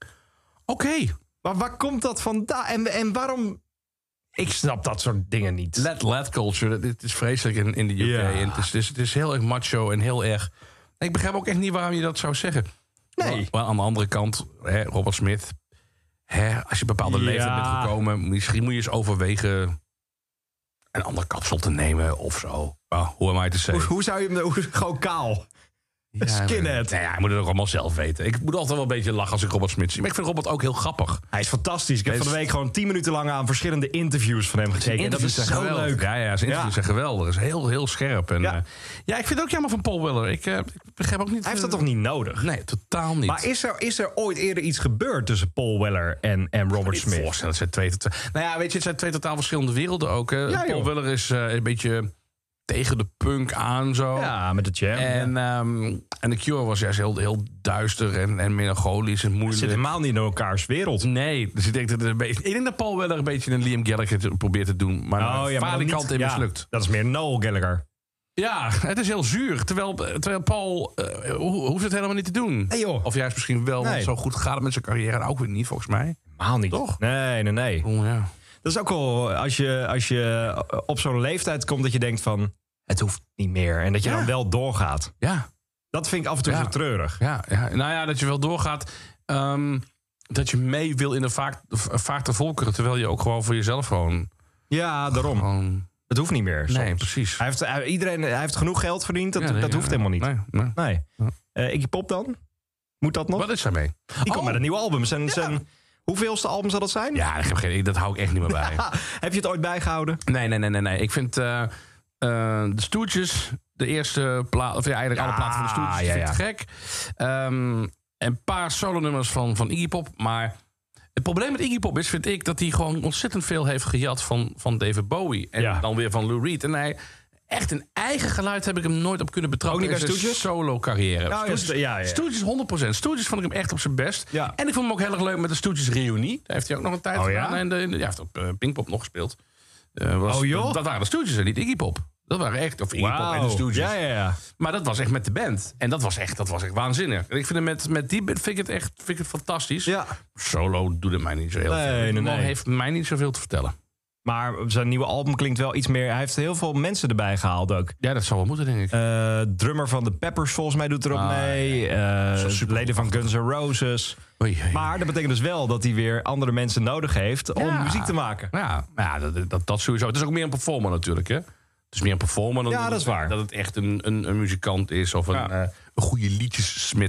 C: Oké.
B: Maar waar komt dat vandaan? En waarom... Ik snap dat soort dingen niet.
C: Lad culture, het is vreselijk in de UK. Ja. En het is heel erg macho en heel erg... Ik begrijp ook echt niet waarom je dat zou zeggen.
B: Nee.
C: Maar aan de andere kant, Robert Smith... als je een bepaalde leeftijd bent gekomen... misschien moet je eens overwegen... een ander kapsel te nemen of zo. Hoe am I to say?
B: Hoe zou je hem... Gewoon kaal. Ja, skinhead.
C: Nou ja, je moet het ook allemaal zelf weten. Ik moet altijd wel een beetje lachen als ik Robert Smith zie. Maar ik vind Robert ook heel grappig.
B: Hij is fantastisch. Ik heb van de week gewoon 10 minuten lang aan verschillende interviews van hem gekeken. En dat is zo leuk.
C: Ja, zijn interviews zijn geweldig. Dat is heel, heel scherp. En, ik vind het ook jammer van Paul Weller. Ik begrijp ook niet...
B: Hij heeft dat toch niet nodig?
C: Nee, totaal niet.
B: Maar is er ooit eerder iets gebeurd tussen Paul Weller en Robert Smith?
C: Dat zijn twee het zijn twee totaal verschillende werelden ook. Ja, Paul Weller is een beetje... tegen de punk aan zo.
B: Ja, met de Jam.
C: En The Cure was juist heel, heel duister en melancholisch en moeilijk.
B: Het zit helemaal niet in elkaars wereld.
C: Nee, dus ik denk dat Paul Weller een beetje een Liam Gallagher probeert te doen. Maar de falikant in mislukt.
B: Dat is meer Noel Gallagher.
C: Ja, het is heel zuur. Terwijl Paul hoeft het helemaal niet te doen.
B: Nee, joh.
C: Of juist misschien wel, want zo goed gaat het met zijn carrière ook weer niet, volgens mij.
B: Helemaal niet.
C: Toch?
B: Nee.
C: Oh, ja.
B: Dat is ook wel als je op zo'n leeftijd komt dat je denkt van... het hoeft niet meer. En dat je dan wel doorgaat.
C: Ja.
B: Dat vind ik af en toe zo treurig.
C: Ja. Nou ja, dat je wel doorgaat. Dat je mee wil in de vaak de volkeren. Terwijl je ook gewoon voor jezelf gewoon...
B: Ja, daarom. Het hoeft niet meer. Soms.
C: Nee, precies.
B: Hij heeft genoeg geld verdiend. Dat hoeft helemaal niet. Nee. Iggy Pop dan? Moet dat nog?
C: Wat is daarmee?
B: Die komt met een nieuw album. Zijn hoeveelste album zal dat zijn?
C: Ja, dat hou ik echt niet meer bij.
B: Heb je het ooit bijgehouden?
C: Nee. Ik vind de Stooges, de eerste plaat... of eigenlijk alle platen van de Stooges, vind ik te gek. Een paar solonummers van Iggy Pop. Maar het probleem met Iggy Pop is, vind ik... dat hij gewoon ontzettend veel heeft gejat van David Bowie. En dan weer van Lou Reed. En hij... Echt een eigen geluid heb ik hem nooit op kunnen betrappen.
B: Ook niet bij
C: Stooges? Solo-carrière.
B: Stooges
C: 100%. Stooges vond ik hem echt op zijn best.
B: Ja.
C: En ik vond hem ook heel erg leuk met de Stooges reunie. Daar heeft hij ook nog een tijd gedaan. En hij heeft op Pinkpop nog gespeeld. Dat waren de Stooges en niet Iggy Pop. Dat waren echt, of Iggy Pop en de Stooges.
B: Ja.
C: Maar dat was echt met de band. En dat was echt waanzinnig. En ik vind het met die band vind ik het fantastisch.
B: Ja.
C: Solo doet het mij niet zo heel veel. De man heeft mij niet zoveel te vertellen.
B: Maar zijn nieuwe album klinkt wel iets meer... Hij heeft heel veel mensen erbij gehaald ook.
C: Ja, dat zou wel moeten, denk ik.
B: Drummer van de Peppers volgens mij doet erop mee. Leden van Guns N' Roses.
C: Oei.
B: Maar dat betekent dus wel dat hij weer andere mensen nodig heeft... om muziek te maken.
C: Ja, dat sowieso. Het is ook meer een performer natuurlijk, hè? Het is meer een performer dan
B: dat is waar.
C: Dat het echt een muzikant is... of een goede liedjessmid.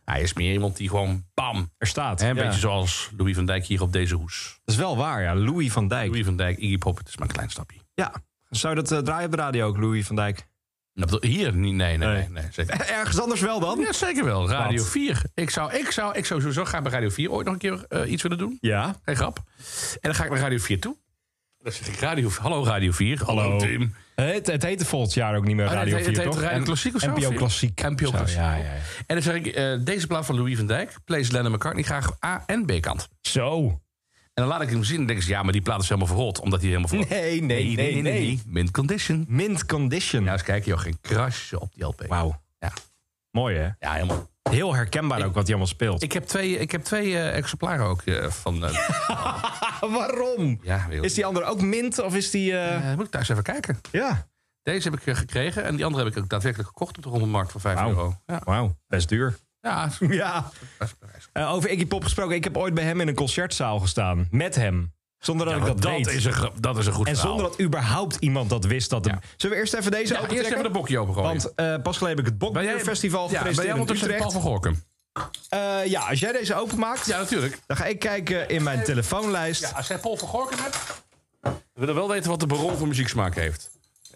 C: Hij is meer iemand die gewoon bam
B: er staat.
C: Een beetje zoals Louis van Dijk hier op deze hoes.
B: Dat is wel waar, ja. Louis van Dijk.
C: Louis van Dijk, Iggy Pop, het is maar een klein stapje.
B: Ja. Zou je dat draaien op de radio ook, Louis van Dijk?
C: Hier niet, nee, zeker.
B: Ergens anders wel dan?
C: Ja, zeker wel. Radio 4. Ik zou sowieso graag bij Radio 4 ooit nog een keer iets willen doen.
B: Ja.
C: Geen grap. En dan ga ik naar Radio 4 toe. Dan zeg ik hallo Radio 4. Hallo Tim.
B: Het heette volgend jaar ook niet meer Radio 4,
C: het heet
B: toch?
C: Radio Klassiek of zo?
B: NPO Klassiek.
C: NPO Klassiek.
B: Ja.
C: En dan zeg ik, deze plaat van Louis van Dijk... plays Lennon McCartney graag A- en B-kant.
B: Zo.
C: En dan laat ik hem zien en denk ze... ja, maar die plaat is helemaal verrot, omdat hij helemaal verrot.
B: Nee.
C: Mint condition.
B: Mint condition.
C: Ja, eens kijken, joh, geen krasje op die LP.
B: Wauw.
C: Ja.
B: Mooi, hè?
C: Ja, helemaal.
B: Heel herkenbaar ook wat hij allemaal speelt.
C: Ik heb twee exemplaren ook van...
B: Waarom?
C: Ja,
B: is die andere ook mint of is die...
C: moet ik thuis even kijken.
B: Ja.
C: Deze heb ik gekregen en die andere heb ik ook daadwerkelijk gekocht op de rommelmarkt voor €5. Ja.
B: Wauw, best duur.
C: Ja.
B: Ja. Over Iggy Pop gesproken. Ik heb ooit bij hem in een concertzaal gestaan. Met hem. Zonder dat ik dat weet.
C: Dat is een goed
B: en
C: verhaal.
B: zonder dat überhaupt iemand dat wist. Dat hem... Zullen we eerst even deze open
C: eerst even de bokje opengooien.
B: Want pas geleden heb ik het Bokbierfestival gepresenteerd in Utrecht.
C: Paul van Gorkum?
B: Ja, als jij deze openmaakt...
C: Ja, natuurlijk.
B: Dan ga ik kijken in mijn telefoonlijst.
C: Ja, als jij Paul van Gorkum hebt... we willen wel weten wat de baron voor muzieksmaak heeft.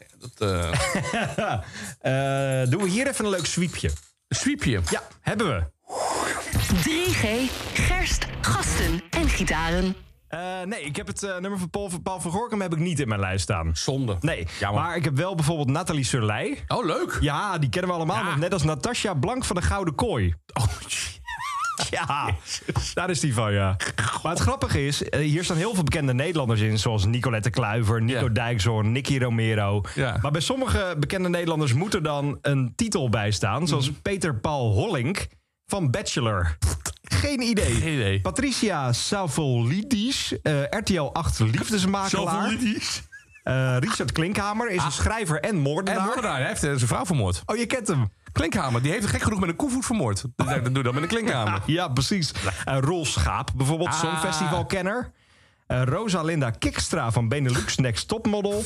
B: Doen we hier even een leuk sweepje.
C: Een sweepje?
B: Ja, hebben we.
D: 3G, gerst, gasten en gitaren.
B: Nee, ik heb het nummer van Paul van Gorkum heb ik niet in mijn lijst staan.
C: Zonde.
B: Nee,
C: jammer.
B: Maar ik heb wel bijvoorbeeld Nathalie Surley.
C: Oh, leuk.
B: Ja, die kennen we allemaal nog. Net als Natasja Blank van de Gouden Kooi.
C: Oh,
B: ja, daar is die van, ja. Maar het grappige is, hier staan heel veel bekende Nederlanders in... zoals Nicolette Kluiver, Nico Dijkshoorn, Nicky Romero.
C: Ja.
B: Maar bij sommige bekende Nederlanders moet er dan een titel bij staan... zoals Peter Paul Hollink van Bachelor. Geen idee. Patricia Saufolidis, RTL 8 liefdesmakelaar. Richard Klinkhamer is een schrijver en moordenaar.
C: Hij heeft zijn vrouw vermoord.
B: Oh, je kent hem.
C: Klinkhamer, die heeft gek genoeg met een koevoet vermoord. Dat doe dat met een Klinkhamer.
B: Ja, precies. Roel Schaap, bijvoorbeeld, Songfestivalkenner. Rosalinda Kikstra van Benelux Next Topmodel.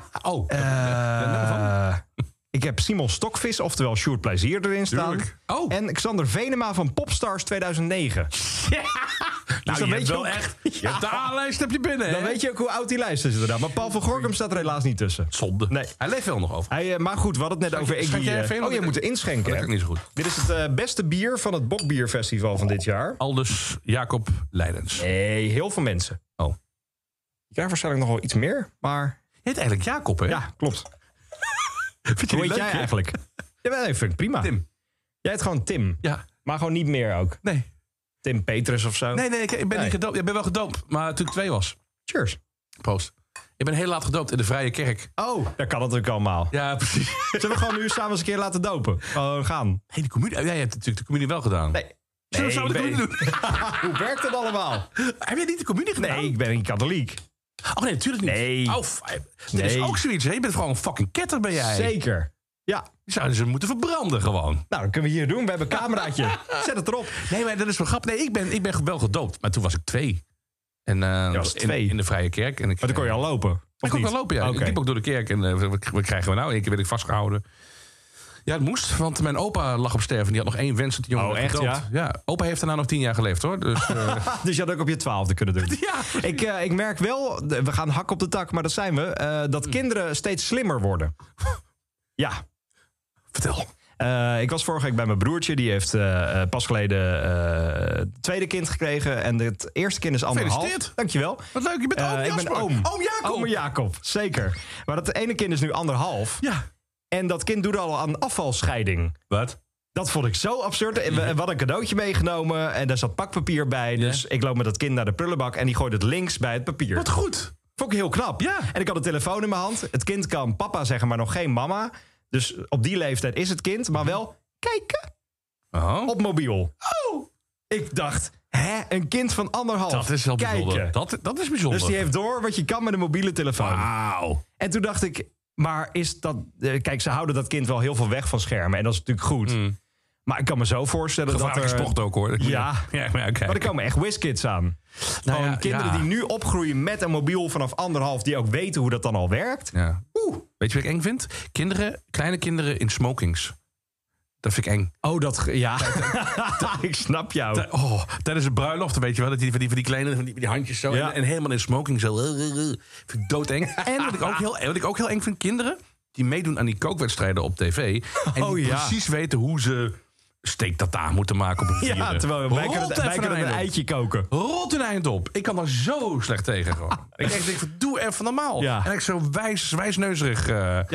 B: Ik heb Simon Stokvis, oftewel Sjoerd Plezier erin staan. En Xander Venema van Popstars 2009.
C: Ja.
B: Dus dan weet je wel
C: echt. Je hebt de A-lijst heb je binnen.
B: Dan weet je ook hoe oud die lijst is inderdaad. Maar Paul van Gorkum staat er helaas niet tussen.
C: Zonde.
B: Nee.
C: Hij leeft wel nog over.
B: Maar goed, we hadden het net over Iggy. Je moet inschenken.
C: Dat is niet zo goed.
B: Dit is het beste bier van het Bokbierfestival van dit jaar.
C: Aldus Jacob Leidens.
B: Nee, heel veel mensen.
C: Oh.
B: Je krijgt waarschijnlijk nog wel iets meer, maar...
C: Je heet eigenlijk Jacob, hè?
B: Ja, klopt.
C: Hoe
B: heet jij eigenlijk? Ja, dat vind ik prima.
C: Tim.
B: Jij heet gewoon Tim.
C: Ja.
B: Maar gewoon niet meer ook.
C: Nee.
B: Tim Petrus of zo.
C: Nee, ik ben niet gedoopt. Ik ben wel gedoopt, maar toen ik 2 was.
B: Cheers.
C: Proost. Ik ben heel laat gedoopt in de Vrije Kerk.
B: Oh, dat kan natuurlijk allemaal.
C: Ja, precies.
B: Zullen we gewoon nu samen eens een keer laten dopen? Gaan.
C: Nee, de communie. Jij hebt natuurlijk de communie wel gedaan.
B: Nee.
C: Zullen we de communie doen?
B: Hoe werkt het allemaal?
C: Heb jij niet de communie gedaan?
B: Nee, ik ben niet katholiek.
C: Oh nee, natuurlijk niet.
B: Nee.
C: Dit is ook zoiets, hè? Je bent gewoon een fucking ketter, ben jij.
B: Zeker. Ja.
C: Die zouden ze moeten verbranden gewoon.
B: Nou, dat kunnen we hier doen. We hebben een cameraatje. Zet het erop.
C: Nee, maar dat is wel grappig. Nee, ik ben wel gedoopt. Maar toen was ik 2. En
B: was 2?
C: In de Vrije Kerk. En
B: maar toen kon je al lopen?
C: Ik kon wel lopen, ja.
B: Okay.
C: Ik liep ook door de kerk. En wat krijgen we nou? Eén keer werd ik vastgehouden. Ja, het moest. Want mijn opa lag op sterven. Die had nog 1 wens dat die jongen werd gedoopt. Ja, opa heeft daarna nog 10 jaar geleefd, hoor. Dus,
B: dus je had ook op je 12e kunnen doen.
C: Ja,
B: ik merk wel, we gaan hak op de tak, maar dat zijn we... dat kinderen steeds slimmer worden. Ja.
C: Vertel.
B: Ik was vorige week bij mijn broertje. Die heeft pas geleden het tweede kind gekregen. En het eerste kind is 1,5.
C: Gefeliciteerd.
B: Dankjewel.
C: Wat leuk, je bent oom
B: Ik ben oom.
C: Oom Jacob.
B: Oom Jacob, zeker. Maar dat ene kind is nu 1,5.
C: Ja.
B: En dat kind doet al aan afvalscheiding.
C: Wat?
B: Dat vond ik zo absurd. En we hadden een cadeautje meegenomen. En daar zat pakpapier bij. Dus ik loop met dat kind naar de prullenbak. En die gooit het links bij het papier.
C: Wat goed.
B: Vond ik heel knap.
C: Ja.
B: En ik had de telefoon in mijn hand. Het kind kan papa zeggen, maar nog geen mama. Dus op die leeftijd is het kind. Maar wel kijken. Op mobiel. Oh. Ik dacht, een kind van 1,5.
C: Dat is wel
B: kijken.
C: bijzonder. Dat is bijzonder.
B: Dus die heeft door wat je kan met een mobiele telefoon.
C: Wauw.
B: En toen dacht ik, maar is dat... kijk, ze houden dat kind wel heel veel weg van schermen. En dat is natuurlijk goed. Maar ik kan me zo voorstellen
C: Gevaarlijke
B: dat er...
C: sport ook, hoor.
B: Ja,
C: okay.
B: Maar er komen echt whizkids aan. Gewoon kinderen die nu opgroeien met een mobiel vanaf 1,5... die ook weten hoe dat dan al werkt.
C: Ja. Weet je wat ik eng vind? Kleine kinderen in smokings. Dat vind ik eng.
B: Oh, ik snap jou.
C: Tijdens een bruiloft, weet je wel. Dat die kleine, van die handjes zo. Ja. En helemaal in smoking zo. Vind ik doodeng. En wat ik ook heel eng vind, kinderen die meedoen aan die kookwedstrijden op tv. En die precies weten hoe ze steak-tata moeten maken op een vierde.
B: Ja, terwijl wij kunnen een eitje koken.
C: Rot een eind op. Ik kan daar zo slecht tegen gewoon. Ik denk, doe even normaal. Ja. En ik zo wijsneuzerig.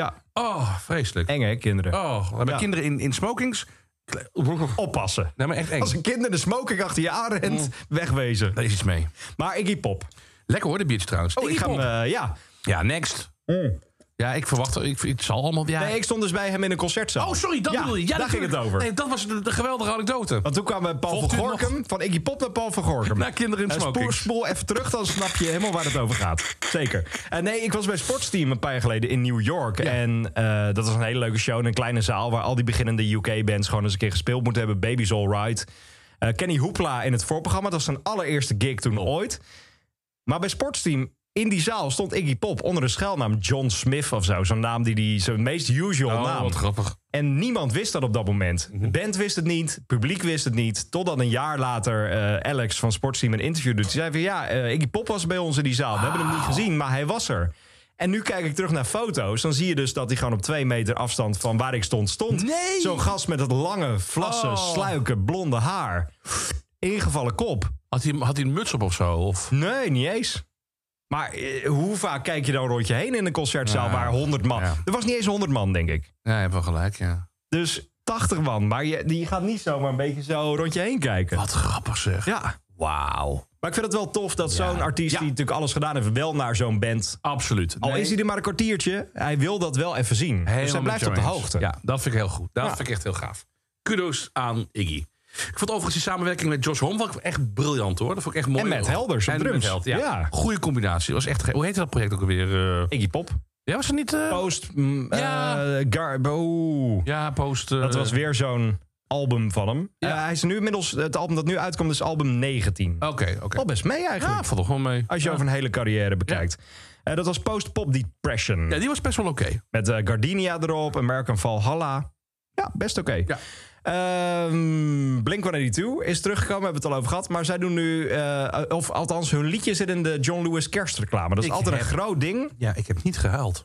C: Vreselijk.
B: Eng, hè, kinderen?
C: Mijn kinderen in smokings.
B: Oppassen.
C: Nee, maar echt eng.
B: Als een kind in de smoking achter je aan rent, wegwezen.
C: Daar is iets mee.
B: Maar Iggy Pop.
C: Lekker hoor, de biertje trouwens.
B: Ik ga hem,
C: Ja, next. Ja, ik verwacht, het zal allemaal... Ja.
B: Nee, ik stond dus bij hem in een concertzaal.
C: Oh, sorry, dat bedoel je. Ja,
B: daar ging het over.
C: Nee, dat was de geweldige anekdote.
B: Want toen kwamen Paul van Gorkum, van Iggy Pop naar Paul van Gorkum.
C: Naar kinderen in smoking.
B: Spoel even terug, dan snap je helemaal waar het over gaat. Zeker. Nee, ik was bij Sportsteam een paar jaar geleden in New York. Ja. En dat was een hele leuke show in een kleine zaal... waar al die beginnende UK-bands gewoon eens een keer gespeeld moeten hebben. Baby's Alright. Kenny Hoopla in het voorprogramma. Dat was zijn allereerste gig toen ooit. Maar bij Sportsteam... in die zaal stond Iggy Pop onder de schuilnaam John Smith of zo. Zo'n naam die zijn meest usual naam.
C: Wat grappig.
B: En niemand wist dat op dat moment. De band wist het niet, het publiek wist het niet. Totdat een jaar later Alex van Sportsteam een interview doet. Die zei van Iggy Pop was bij ons in die zaal. We hebben hem niet gezien, maar hij was er. En nu kijk ik terug naar foto's. Dan zie je dus dat hij gewoon op 2 meter afstand van waar ik stond.
C: Nee!
B: Zo'n gast met het lange, vlassen, sluiken, blonde haar. Ingevallen kop.
C: Had hij een muts op of zo? Of?
B: Nee, niet eens. Maar hoe vaak kijk je dan een rondje heen in een concertzaal waar 100 man... Ja. Er was niet eens 100 man, denk ik.
C: Ja, je hebt wel gelijk, ja.
B: Dus 80 man, maar je gaat niet zomaar een beetje zo rond je heen kijken.
C: Wat grappig zeg.
B: Ja.
C: Wauw.
B: Maar ik vind het wel tof dat zo'n artiest die natuurlijk alles gedaan heeft... wel naar zo'n band.
C: Absoluut.
B: Al is hij er maar een kwartiertje, hij wil dat wel even zien.
C: Helemaal
B: dus hij blijft op de hoogte.
C: Ja, dat vind ik heel goed. Dat vind ik echt heel gaaf. Kudos aan Iggy. Ik vond overigens die samenwerking met Josh Homme echt briljant, hoor. Dat vond ik echt mooi.
B: En Matt Helders op drums.
C: Ja. Goeie combinatie. Was echt hoe heette dat project ook alweer?
B: Iggy Pop.
C: Ja, was er niet...
B: Post...
C: Ja, Post...
B: dat was weer zo'n album van hem. Hij is nu inmiddels... Het album dat nu uitkomt is album 19.
C: Oké.
B: Al best mee eigenlijk.
C: Ja, valt er gewoon mee.
B: Als je over een hele carrière bekijkt. Dat was Post Pop Depression.
C: Ja, die was best wel oké.
B: Met Gardenia erop, American Valhalla. Ja, best oké.
C: Ja.
B: Blink-182 is teruggekomen, hebben we het al over gehad. Maar zij doen nu, of althans hun liedje zit in de John Lewis kerstreclame. Dat is altijd een groot ding.
C: Ja, ik heb niet gehuild.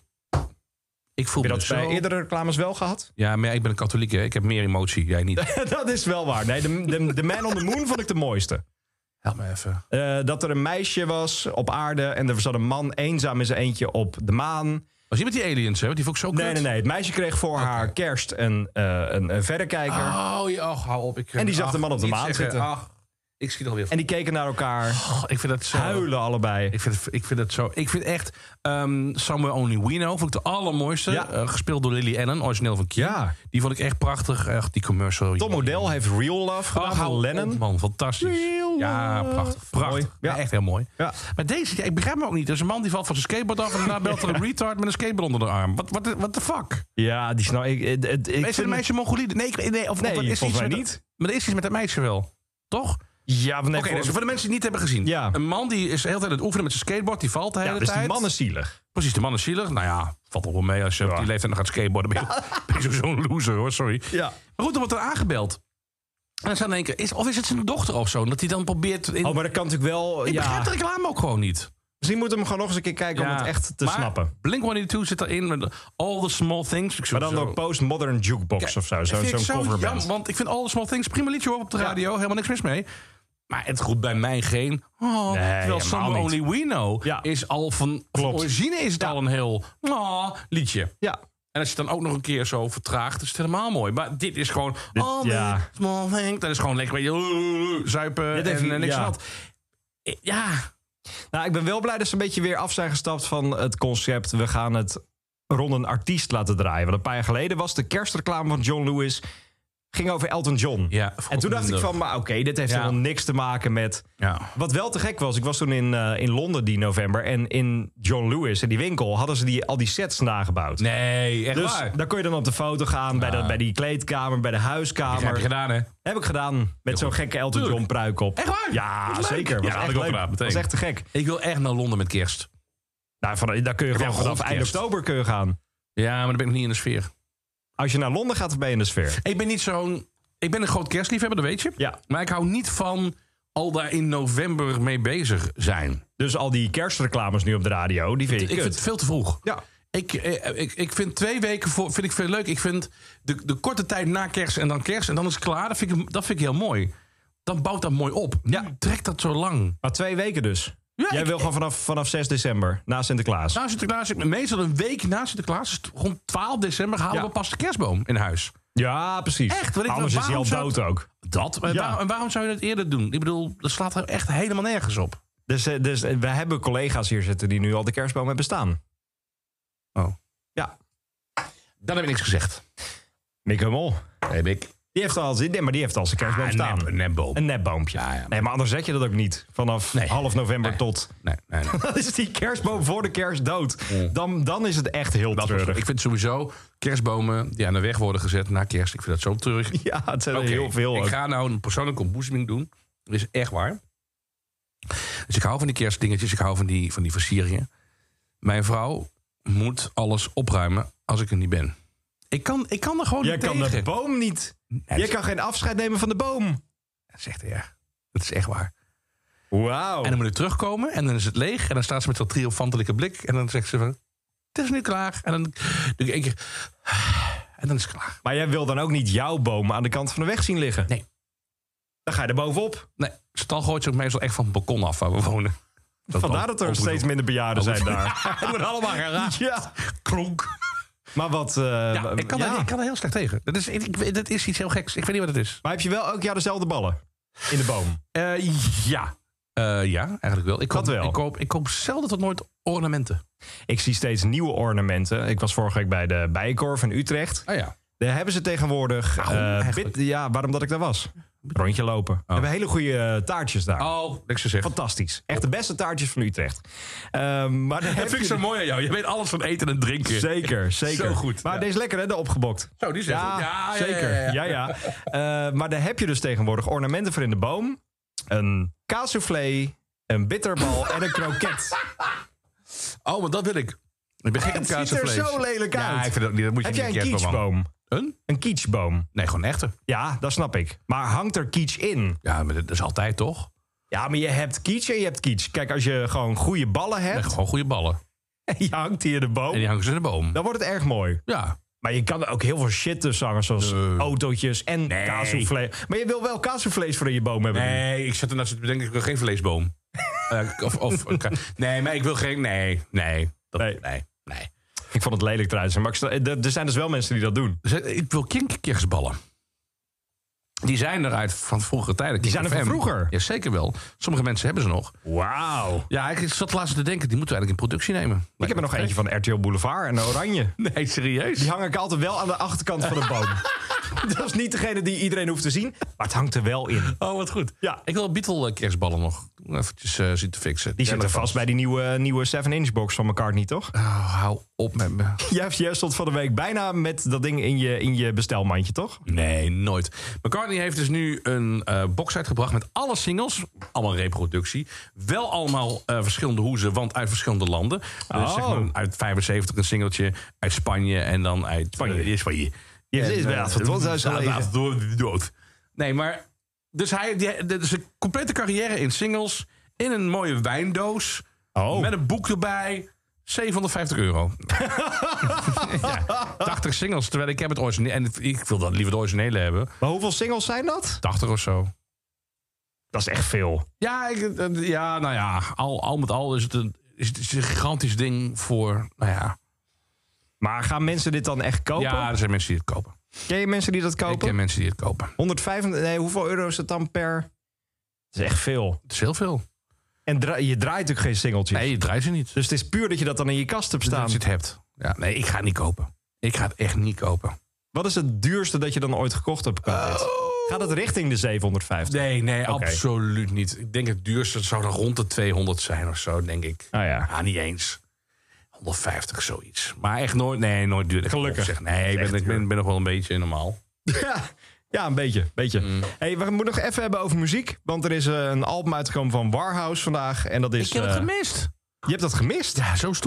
C: Ik voel
B: heb je dat bij eerdere reclames wel gehad?
C: Ja, maar ik ben een katholiek, hè? Ik heb meer emotie, jij niet.
B: Dat is wel waar. Nee, de Man on the Moon vond ik de mooiste.
C: Help me even.
B: Dat er een meisje was op aarde en er zat een man eenzaam in zijn eentje op de maan.
C: Was je met die aliens, hè? Die vond ik zo kut.
B: Nee. Het meisje kreeg voor haar kerst een verrekijker.
C: Hou op.
B: En die zag de man op de maan zitten.
C: Ik schiet alweer.
B: En die keken naar elkaar.
C: Ik vind dat zo...
B: Huilen allebei.
C: Ik vind het zo... Ik vind echt... Somewhere Only We Know vond ik de allermooiste. Ja. Gespeeld door Lily Allen, origineel van King. Ja. Die vond ik echt prachtig. Echt die commercial.
B: Tom Odell heeft Real Love gedaan van Lennon.
C: Man, fantastisch. Real Prachtig. Mooi. Ja, echt heel mooi. Ja. Maar deze, ik begrijp me ook niet. Er is een man die valt van zijn skateboard af en daarna belt er een retard met een skateboard onder de arm. What the fuck?
B: Ja, die snap ik.
C: Is het een meisje Mongoliede? Nee,
B: volgens mij niet.
C: Maar er is iets met dat meisje wel. Toch?
B: Ja,
C: dus voor de mensen die het niet hebben gezien. Ja. Een man die is de hele tijd aan het oefenen met zijn skateboard. Die valt de hele tijd.
B: Dus die man is zielig.
C: Precies, de man is zielig. Nou ja, valt toch wel mee als je op die leeftijd nog gaat skateboarden. Ben je zo'n loser, hoor. Sorry. Ja. Maar goed, dan wordt er aangebeld. En dan zou denken, is het zijn dochter of zo? Dat hij dan probeert...
B: maar dat kan natuurlijk wel...
C: Ik begrijp de reclame ook gewoon niet.
B: Misschien moeten we hem gewoon nog eens een keer kijken om het echt te snappen.
C: Blink-182 zit erin met All the Small Things.
B: Maar dan door Postmodern Jukebox of zo. Zo'n coverband.
C: Ja, want ik vind All the Small Things prima liedje hoor op de radio. Helemaal niks mis mee. Maar het roept bij mij geen... terwijl Somewhere Only We Know is al van origine is het al een heel liedje. Ja. En als je het dan ook nog een keer zo vertraagt, is het helemaal mooi. Maar dit is gewoon... small thing. Dat is gewoon lekker zuipen en niks aan. Ja.
B: Nou, ik ben wel blij dat ze een beetje weer af zijn gestapt van het concept. We gaan het rond een artiest laten draaien. Want een paar jaar geleden was de kerstreclame van John Lewis... ging over Elton John. Ja, en toen dacht ik van, maar oké, dit heeft helemaal niks te maken met... Ja. Wat wel te gek was, ik was toen in Londen die november... en in John Lewis, in die winkel, hadden ze al die sets nagebouwd.
C: Nee, echt
B: dus
C: waar?
B: Daar kon je dan op de foto gaan, bij die kleedkamer, bij de huiskamer.
C: Dat heb je gedaan, hè?
B: Heb ik gedaan, met zo'n gekke Elton John pruik op.
C: Echt waar?
B: Ja, zeker.
C: Ja, had ik ook gedaan, meteen.
B: Dat was echt te gek.
C: Ik wil echt naar Londen met kerst.
B: Nou, daar kun je gewoon vanaf eind oktober gaan.
C: Ja, maar dan ben ik nog niet in de sfeer.
B: Als je naar Londen gaat, ben je in de sfeer.
C: Ik ben een groot kerstliefhebber, dat weet je.
B: Ja.
C: Maar ik hou niet van al daar in november mee bezig zijn.
B: Dus al die kerstreclames nu op de radio, die vind je
C: Ik vind het veel te vroeg.
B: Ja.
C: Ik vind 2 weken vind ik veel leuk. Ik vind de korte tijd na kerst en dan is het klaar. Dat vind ik heel mooi. Dan bouwt dat mooi op. Nu trekt dat zo lang.
B: Maar 2 weken dus.
C: Ja,
B: Jij wil gewoon vanaf 6 december, na Sinterklaas.
C: Na Sinterklaas, meestal een week na Sinterklaas, dus rond 12 december halen we pas de kerstboom in huis.
B: Ja, precies.
C: Echt?
B: Anders is hij al dood ook.
C: Dat? En waarom zou je dat eerder doen? Ik bedoel, dat slaat er echt helemaal nergens op.
B: Dus we hebben collega's hier zitten die nu al de kerstboom hebben staan.
C: Oh.
B: Ja.
C: Dan heb ik niks gezegd.
B: Mick Hummel.
C: Hey, Mick.
B: Die heeft al zijn kerstboom staan.
C: Een nepboom.
B: Een nepboompje.
C: Ja.
B: Nee, maar anders zet je dat ook niet. Vanaf half november tot...
C: Nee.
B: Dan is die kerstboom voor de kerst dood. Dan is het echt heel treurig.
C: Ik vind sowieso kerstbomen die aan de weg worden gezet na kerst. Ik vind dat zo treurig.
B: Ja, het zijn er heel veel.
C: Ik ga nou een persoonlijke ontboezeming doen. Dat is echt waar. Dus ik hou van die kerstdingetjes. Ik hou van die versieringen. Mijn vrouw moet alles opruimen als ik er niet ben. Ik kan er gewoon niet tegen.
B: Jij kan de boom niet.
C: Nee,
B: Jij kan geen afscheid nemen van de boom.
C: Dat is echt erg. Dat is echt waar.
B: Wauw.
C: En dan moet ik terugkomen en dan is het leeg. En dan staat ze met zo'n triomfantelijke blik. En dan zegt ze van, het is nu klaar. En dan doe ik 1 keer... En dan is het klaar.
B: Maar jij wil dan ook niet jouw boom aan de kant van de weg zien liggen?
C: Nee.
B: Dan ga je er bovenop.
C: Nee, stal gooit ze ook meestal echt van het balkon af waar we wonen.
B: Vandaar dat er steeds minder bejaarden zijn daar.
C: Het wordt allemaal geraakt.
B: Ja.
C: Klonk.
B: Maar wat...
C: Ik kan er heel slecht tegen. Dat is iets heel geks. Ik weet niet wat het is.
B: Maar heb je wel elk jaar dezelfde ballen in de boom?
C: Ja. Ja, eigenlijk wel. Ik koop zelden tot nooit ornamenten.
B: Ik zie steeds nieuwe ornamenten. Ik was vorige week bij de Bijenkorf in Utrecht.
C: Oh ja.
B: Daar hebben ze tegenwoordig... waarom dat ik daar was. Rondje lopen. We hebben hele goede taartjes daar.
C: Oh, niks te zeggen.
B: Fantastisch. Echt de beste taartjes van Utrecht. Maar
C: dat vind ik zo mooi aan jou. Je weet alles van eten en drinken.
B: Zeker.
C: Zo goed.
B: Maar deze is lekker, hè? De opgebokt.
C: Zo, die is goed.
B: Ja, zeker. Ja. Maar daar heb je dus tegenwoordig ornamenten voor in de boom. Een kaassoufflé, een bitterbal en een kroket.
C: Oh, maar dat wil ik. Ik ben gek op kaassoufflé.
B: Het ziet er zo lelijk uit.
C: Ja, ik vind dat moet je
B: heb jij een kitschboom? Een kitschboom?
C: Nee, gewoon een echte.
B: Ja, dat snap ik. Maar hangt er kitsch in?
C: Ja, maar dat is altijd toch?
B: Ja, maar je hebt kitsch en je hebt kitsch. Kijk, als je gewoon goede ballen hebt...
C: Nee, gewoon goede ballen.
B: En je hangt die in de boom...
C: En die hangen ze in de boom.
B: Dan wordt het erg mooi.
C: Ja.
B: Maar je kan er ook heel veel shit tussen hangen, zoals autootjes en kaassoufflé. Maar je wil wel kaassoufflés voor in je boom hebben.
C: Nee, ik zat ernaast te bedenken, ik wil geen vleesboom. Nee, maar ik wil geen... Nee.
B: Ik vond het lelijk eruit. Maar er zijn dus wel mensen die dat doen.
C: Ik wil kinkkerstballen. Die zijn eruit van vroegere tijden.
B: Die zijn er van vroeger?
C: Ja, zeker wel. Sommige mensen hebben ze nog.
B: Wauw.
C: Ja, ik zat laatst te denken, die moeten we eigenlijk in productie nemen.
B: Ik heb er nog eentje van RTL Boulevard, een oranje.
C: Nee, serieus?
B: Die hang ik altijd wel aan de achterkant van de boom. Dat is niet degene die iedereen hoeft te zien, maar het hangt er wel in.
C: Oh, wat goed.
B: Ja.
C: Ik wil Beatle kerstballen nog eventjes zien te fixen.
B: Die zitten vast bij die nieuwe 7-inch box van McCartney, toch?
C: Oh, hou op met me.
B: Jij stond van de week bijna met dat ding in je bestelmandje, toch?
C: Nee, nooit. McCartnney heeft dus nu een box uitgebracht met alle singles. Allemaal reproductie. Wel allemaal verschillende hoezen, want uit verschillende landen. Dus zeg maar uit 75 een singeltje, uit Spanje en dan uit Spanje. Dood. Nee, maar... Dus dus een complete carrière in singles, in een mooie wijndoos, met een boek erbij... €750. Ja, 80 singles, terwijl ik heb het origineel... En ik wil dan liever de originele hebben.
B: Maar hoeveel singles zijn dat?
C: 80 of zo.
B: Dat is echt veel.
C: Ja, nou ja, al met al is het een gigantisch ding voor... Nou ja.
B: Maar gaan mensen dit dan echt kopen?
C: Ja, er zijn mensen die het kopen.
B: Ken je mensen die dat kopen?
C: Ik ken mensen die het kopen.
B: 125, nee, hoeveel euro is het dan per? Dat is echt veel.
C: Het is heel veel.
B: En je draait ook geen singeltjes.
C: Nee, je draait ze niet.
B: Dus het is puur dat je dat dan in je kast hebt staan.
C: Dat je het hebt. Ja, nee, ik ga het niet kopen. Ik ga het echt niet kopen.
B: Wat is het duurste dat je dan ooit gekocht hebt? Gaat het richting de 750?
C: Nee, absoluut niet. Ik denk het duurste zou dan rond de 200 zijn of zo, denk ik.
B: Ah ja.
C: Ah, niet eens. 150, zoiets. Maar echt nooit duur.
B: Gelukkig.
C: Nee, ik ben nog wel een beetje normaal.
B: Ja, een beetje. Hey, we moeten nog even hebben over muziek. Want er is een album uitgekomen van Warhouse vandaag. En dat is...
C: Ik heb het gemist.
B: Je hebt dat gemist?
C: Ja, zo stom.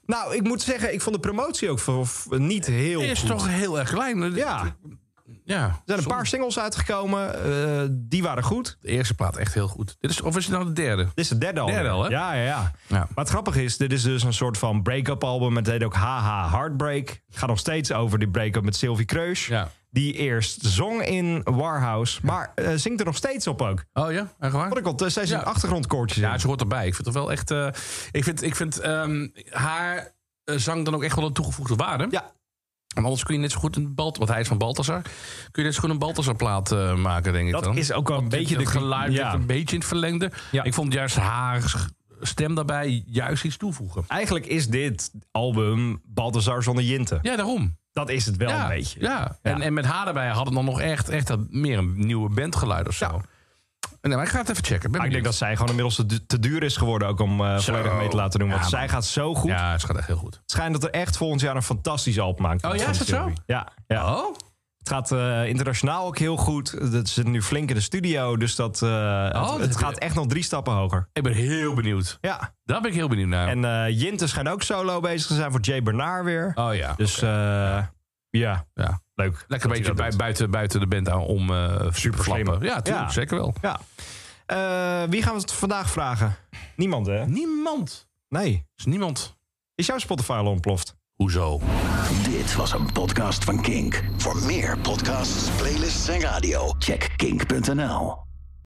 B: Nou, ik moet zeggen, ik vond de promotie ook niet heel
C: is
B: goed.
C: toch heel erg klein.
B: Ja. Er zijn een paar singles uitgekomen. Die waren goed.
C: De eerste plaat echt heel goed. Of is het nou de derde?
B: Dit is het derde album.
C: Derde al, hè?
B: Ja. Maar het grappige is, dit is dus een soort van break-up album. Het heet ook Haha Heartbreak. Het gaat nog steeds over die break-up met Sylvie Kreusch. Ja. Die eerst zong in Warhouse. Maar zingt er nog steeds op ook.
C: Oh ja? Echt waar?
B: Wat ik al steeds een achtergrondkoortjes in.
C: Ja, ze hoort erbij. Ik vind het wel echt... ik vind haar zang dan ook echt wel een toegevoegde waarde.
B: Ja.
C: Maar anders kun je net zo goed want hij is van Balthazar. Kun je net zo goed een Balthazar-plaat maken, denk ik dan.
B: Dat is ook wel een beetje de
C: geluid, een beetje in het verlengde. Ja. Ik vond juist haar stem daarbij juist iets toevoegen.
B: Eigenlijk is dit album Balthazar zonder Jinte.
C: Ja, daarom.
B: Dat is het wel een beetje.
C: Ja. En met haar daarbij hadden dan nog echt meer een nieuwe bandgeluid of zo. Ja. Nee, maar ik ga het even checken.
B: Ik denk dat zij gewoon inmiddels te duur is geworden ook om volledig mee te laten doen. Want zij gaat zo goed.
C: Ja, het gaat echt heel goed. Het
B: schijnt dat er echt volgend jaar een fantastisch album maakt.
C: Oh ja, is dat zo?
B: Ja.
C: Oh?
B: Het gaat internationaal ook heel goed. Dat zit nu flink in de studio. Dus het gaat echt nog 3 stappen hoger.
C: Ik ben heel benieuwd.
B: Ja.
C: Daar ben ik heel benieuwd naar.
B: En Jinte schijnt ook solo bezig te zijn voor Jay Bernard weer.
C: Oh ja.
B: Dus ja. Leuk.
C: Lekker een beetje buiten de band aan om super flappen. Ja, tuurlijk, zeker wel.
B: Ja. Wie gaan we het vandaag vragen? Niemand, hè?
C: Niemand?
B: Nee.
C: Is niemand.
B: Is jouw Spotify al ontploft?
C: Hoezo?
A: Dit was een podcast van Kink. Voor meer podcasts, playlists en radio, check kink.nl.